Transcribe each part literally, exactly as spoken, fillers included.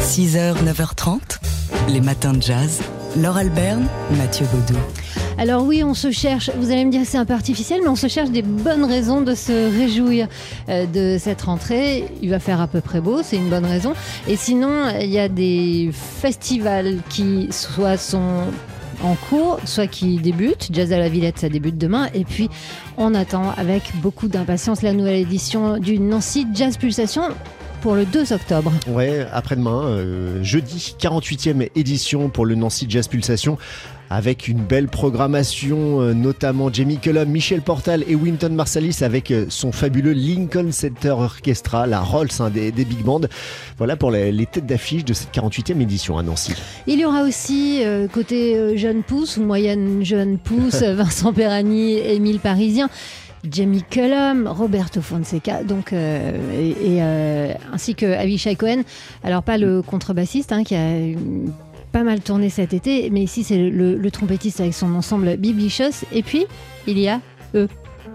six heures, neuf heures trente, les matins de jazz. Laure Alberne, Mathieu Baudou. Alors oui, on se cherche, vous allez me dire que c'est un peu artificiel, mais on se cherche des bonnes raisons de se réjouir euh, de cette rentrée. Il va faire à peu près beau, c'est une bonne raison. Et sinon, il y a des festivals qui soit sont en cours, soit qui débutent. Jazz à la Villette, ça débute demain. Et puis, on attend avec beaucoup d'impatience la nouvelle édition du Nancy Jazz Pulsation pour le deux octobre. Ouais, après-demain, euh, jeudi, quarante-huitième édition pour le Nancy Jazz Pulsation, avec une belle programmation, euh, notamment Jamie Cullum, Michel Portal et Wynton Marsalis avec euh, son fabuleux Lincoln Center Orchestra, la Rolls hein, des, des big bands. Voilà pour les, les têtes d'affiche de cette quarante-huitième édition à Nancy. Il y aura aussi, euh, côté euh, jeune pousse ou moyenne jeune pousse, Vincent Perani, Émile Parisien, Jamie Cullum, Roberto Fonseca, donc euh, et, et euh, ainsi que Avishai Cohen. Alors pas le contrebassiste hein, qui a pas mal tourné cet été, mais ici c'est le, le trompettiste avec son ensemble Biblicious. Et puis il y a eux.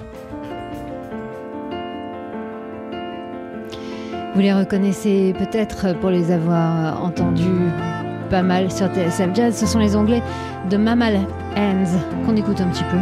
Vous les reconnaissez peut-être pour les avoir entendus pas mal sur T S F Jazz. Ce sont les Anglais de Mammal Hands qu'on écoute un petit peu.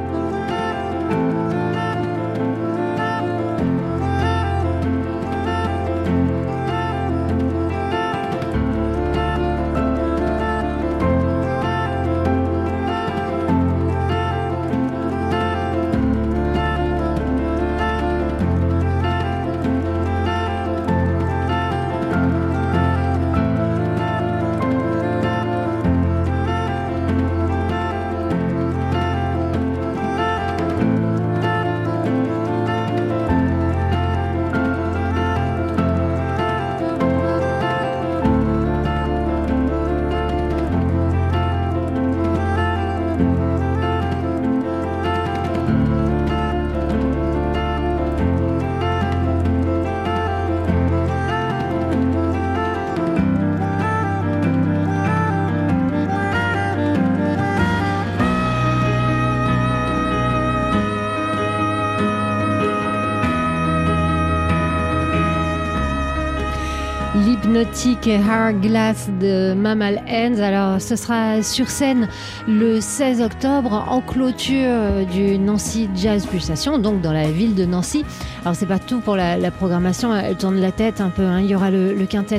L'hypnotique Hourglass de Mammal Hands. Alors ce sera sur scène le seize octobre en clôture du Nancy Jazz Pulsation, donc dans la ville de Nancy. Alors c'est pas tout pour la, la programmation, elle tourne la tête un peu hein. Il y aura le, le quintet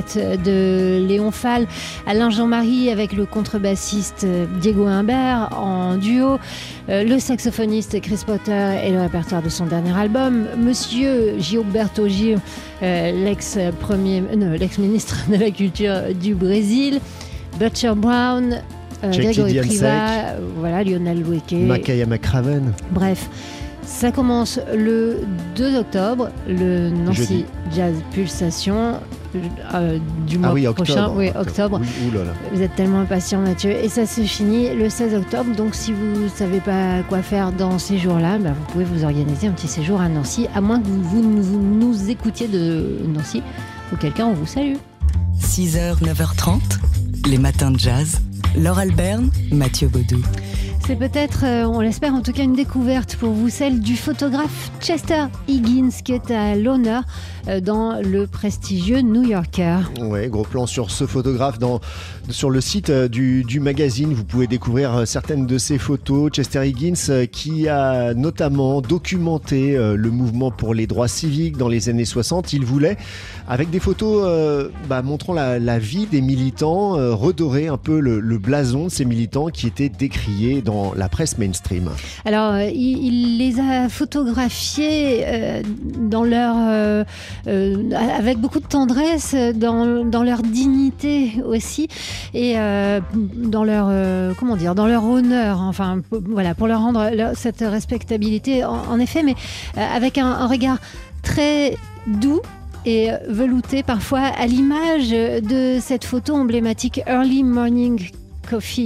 de Léon Fall, Alain Jean-Marie avec le contrebassiste Diego Humbert en duo, euh, le saxophoniste Chris Potter et le répertoire de son dernier album, Monsieur Gilberto Gil, euh, l'ex-premier, euh, non, l'ex-ministre de la Culture du Brésil, Butcher Brown, euh, Grégory Priva, euh, voilà, Lionel Loueke, Makaya McCraven. Bref, ça commence le deux octobre, le Nancy Jeudi. Jazz Pulsation euh, du mois ah oui, octobre, prochain. Oui, octobre. Oui, oulala. Vous êtes tellement impatient, Mathieu. Et ça se finit le seize octobre. Donc, si vous ne savez pas quoi faire dans ces jours-là, bah, vous pouvez vous organiser un petit séjour à Nancy, à moins que vous, vous, vous nous écoutiez de Nancy ou quelqu'un, on vous salue. six heures, neuf heures trente, les matins de jazz. Laure Alberne, Mathieu Baudou. C'est peut-être, euh, on l'espère en tout cas, une découverte pour vous, celle du photographe Chester Higgins qui est à l'honneur euh, dans le prestigieux New Yorker. Ouais, gros plan sur ce photographe dans, sur le site euh, du, du magazine. Vous pouvez découvrir euh, certaines de ses photos. Chester Higgins euh, qui a notamment documenté euh, le mouvement pour les droits civiques dans les années soixante. Il voulait, avec des photos euh, bah, montrant la, la vie des militants, euh, redorer un peu le, le blason de ces militants qui étaient décriés dans la presse mainstream. Alors, euh, il, il les a photographiés euh, dans leur, euh, euh, avec beaucoup de tendresse, dans, dans leur dignité aussi, et euh, dans leur, euh, comment dire, dans leur honneur. Enfin, p- voilà, pour leur rendre leur, cette respectabilité, en, en effet, mais euh, avec un, un regard très doux et velouté parfois, à l'image de cette photo emblématique Early Morning Coffee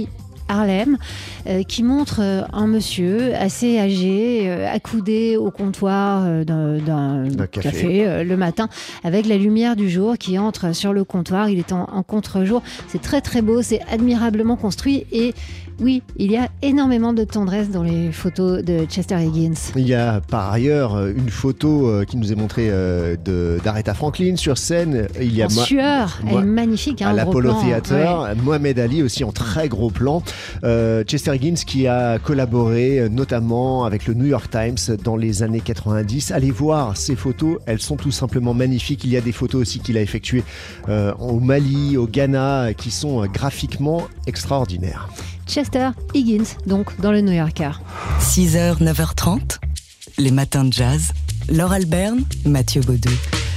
Harlem, euh, qui montre euh, un monsieur assez âgé, euh, accoudé au comptoir euh, d'un, d'un café, café euh, le matin, avec la lumière du jour qui entre sur le comptoir. Il est en, en contre-jour. C'est très très beau, c'est admirablement construit et oui, il y a énormément de tendresse dans les photos de Chester Higgins. Il y a par ailleurs une photo qui nous est montrée de, d'Aretha Franklin sur scène. Il y a en moi, sueur, moi, elle est magnifique. Hein, à l'Apollo plan, Theater. Ouais. Mohamed Ali aussi en très gros plan. Euh, Chester Higgins qui a collaboré notamment avec le New York Times dans les années quatre-vingt-dix. Allez voir ces photos, elles sont tout simplement magnifiques. Il y a des photos aussi qu'il a effectuées euh, au Mali, au Ghana, qui sont graphiquement extraordinaires. Chester Higgins, donc dans le New Yorker. six heures, neuf heures trente, les matins de jazz. Laure Alberne, Mathieu Baudou.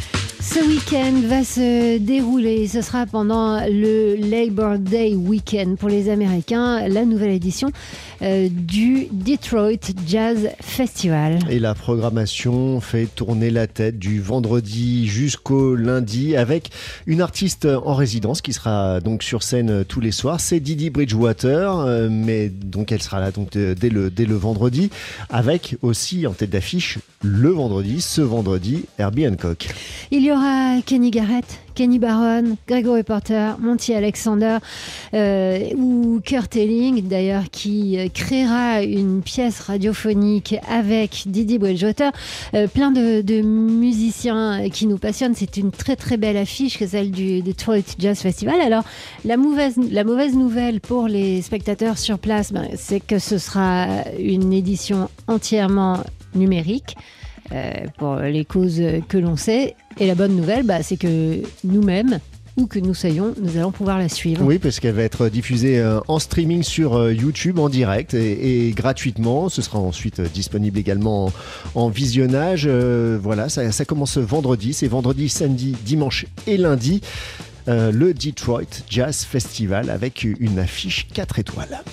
Ce week-end va se dérouler, ce sera pendant le Labor Day Weekend pour les Américains, la nouvelle édition euh, du Detroit Jazz Festival. Et la programmation fait tourner la tête du vendredi jusqu'au lundi avec une artiste en résidence qui sera donc sur scène tous les soirs. C'est Didi Bridgewater, euh, mais donc elle sera là donc dès le, dès le vendredi avec aussi en tête d'affiche le vendredi, ce vendredi, Herbie Hancock. Il y aura Kenny Garrett, Kenny Barron, Gregory Porter, Monty Alexander euh, ou Kurt Elling d'ailleurs qui euh, créera une pièce radiophonique avec Didi Bridgewater. Euh, plein de, de musiciens qui nous passionnent. C'est une très très belle affiche que celle du Detroit Jazz Festival. Alors la mauvaise, la mauvaise nouvelle pour les spectateurs sur place, ben, c'est que ce sera une édition entièrement numérique. Euh, pour les causes que l'on sait. Et la bonne nouvelle, bah, c'est que nous-mêmes, où que nous soyons, nous allons pouvoir la suivre. Oui, parce qu'elle va être diffusée en streaming sur YouTube en direct et, et gratuitement. Ce sera ensuite disponible également en, en visionnage. Euh, voilà, ça, ça commence vendredi. C'est vendredi, samedi, dimanche et lundi. Euh, le Detroit Jazz Festival avec une affiche quatre étoiles.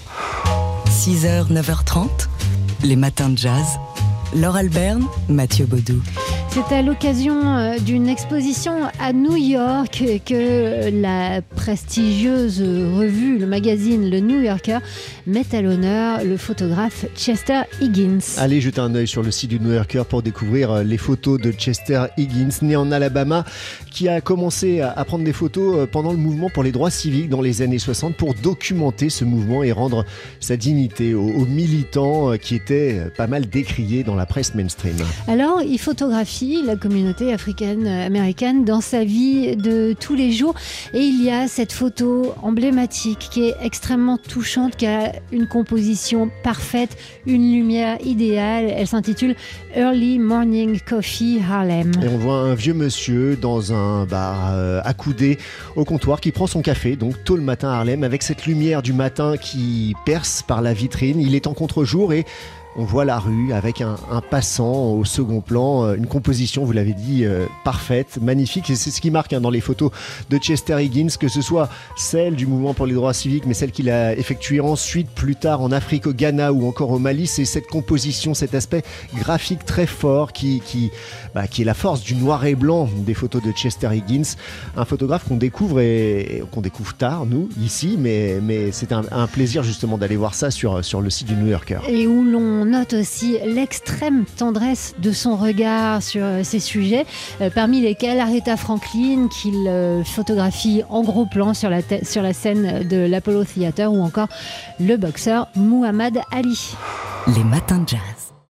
six heures, neuf heures trente, les matins de jazz. Laure Alberne, Mathieu Baudou. C'est à l'occasion d'une exposition à New York que la prestigieuse revue, le magazine Le New Yorker, met à l'honneur le photographe Chester Higgins. Allez jeter un œil sur le site du New Yorker pour découvrir les photos de Chester Higgins, né en Alabama, qui a commencé à prendre des photos pendant le mouvement pour les droits civiques dans les années soixante pour documenter ce mouvement et rendre sa dignité aux, aux militants qui étaient pas mal décriés dans la presse mainstream. Alors, il photographie la communauté africaine-américaine dans sa vie de tous les jours. Et il y a cette photo emblématique qui est extrêmement touchante, qui a une composition parfaite, une lumière idéale. Elle s'intitule Early Morning Coffee Harlem. Et on voit un vieux monsieur dans un bar euh, accoudé au comptoir qui prend son café, donc tôt le matin à Harlem, avec cette lumière du matin qui perce par la vitrine. Il est en contre-jour et on voit la rue avec un, un passant au second plan, une composition, vous l'avez dit, euh, parfaite, magnifique. Et c'est ce qui marque hein, dans les photos de Chester Higgins, que ce soit celle du mouvement pour les droits civiques, mais celle qu'il a effectuée ensuite, plus tard en Afrique, au Ghana ou encore au Mali. C'est cette composition, cet aspect graphique très fort qui, qui, bah, qui est la force du noir et blanc des photos de Chester Higgins. Un photographe qu'on découvre et, et qu'on découvre tard, nous, ici, mais, mais c'est un, un plaisir justement d'aller voir ça sur, sur le site du New Yorker. Et où l'on note aussi l'extrême tendresse de son regard sur ces sujets, euh, parmi lesquels Aretha Franklin, qu'il euh, photographie en gros plan sur la, te- sur la scène de l'Apollo Theater, ou encore le boxeur Muhammad Ali. Les matins de jazz.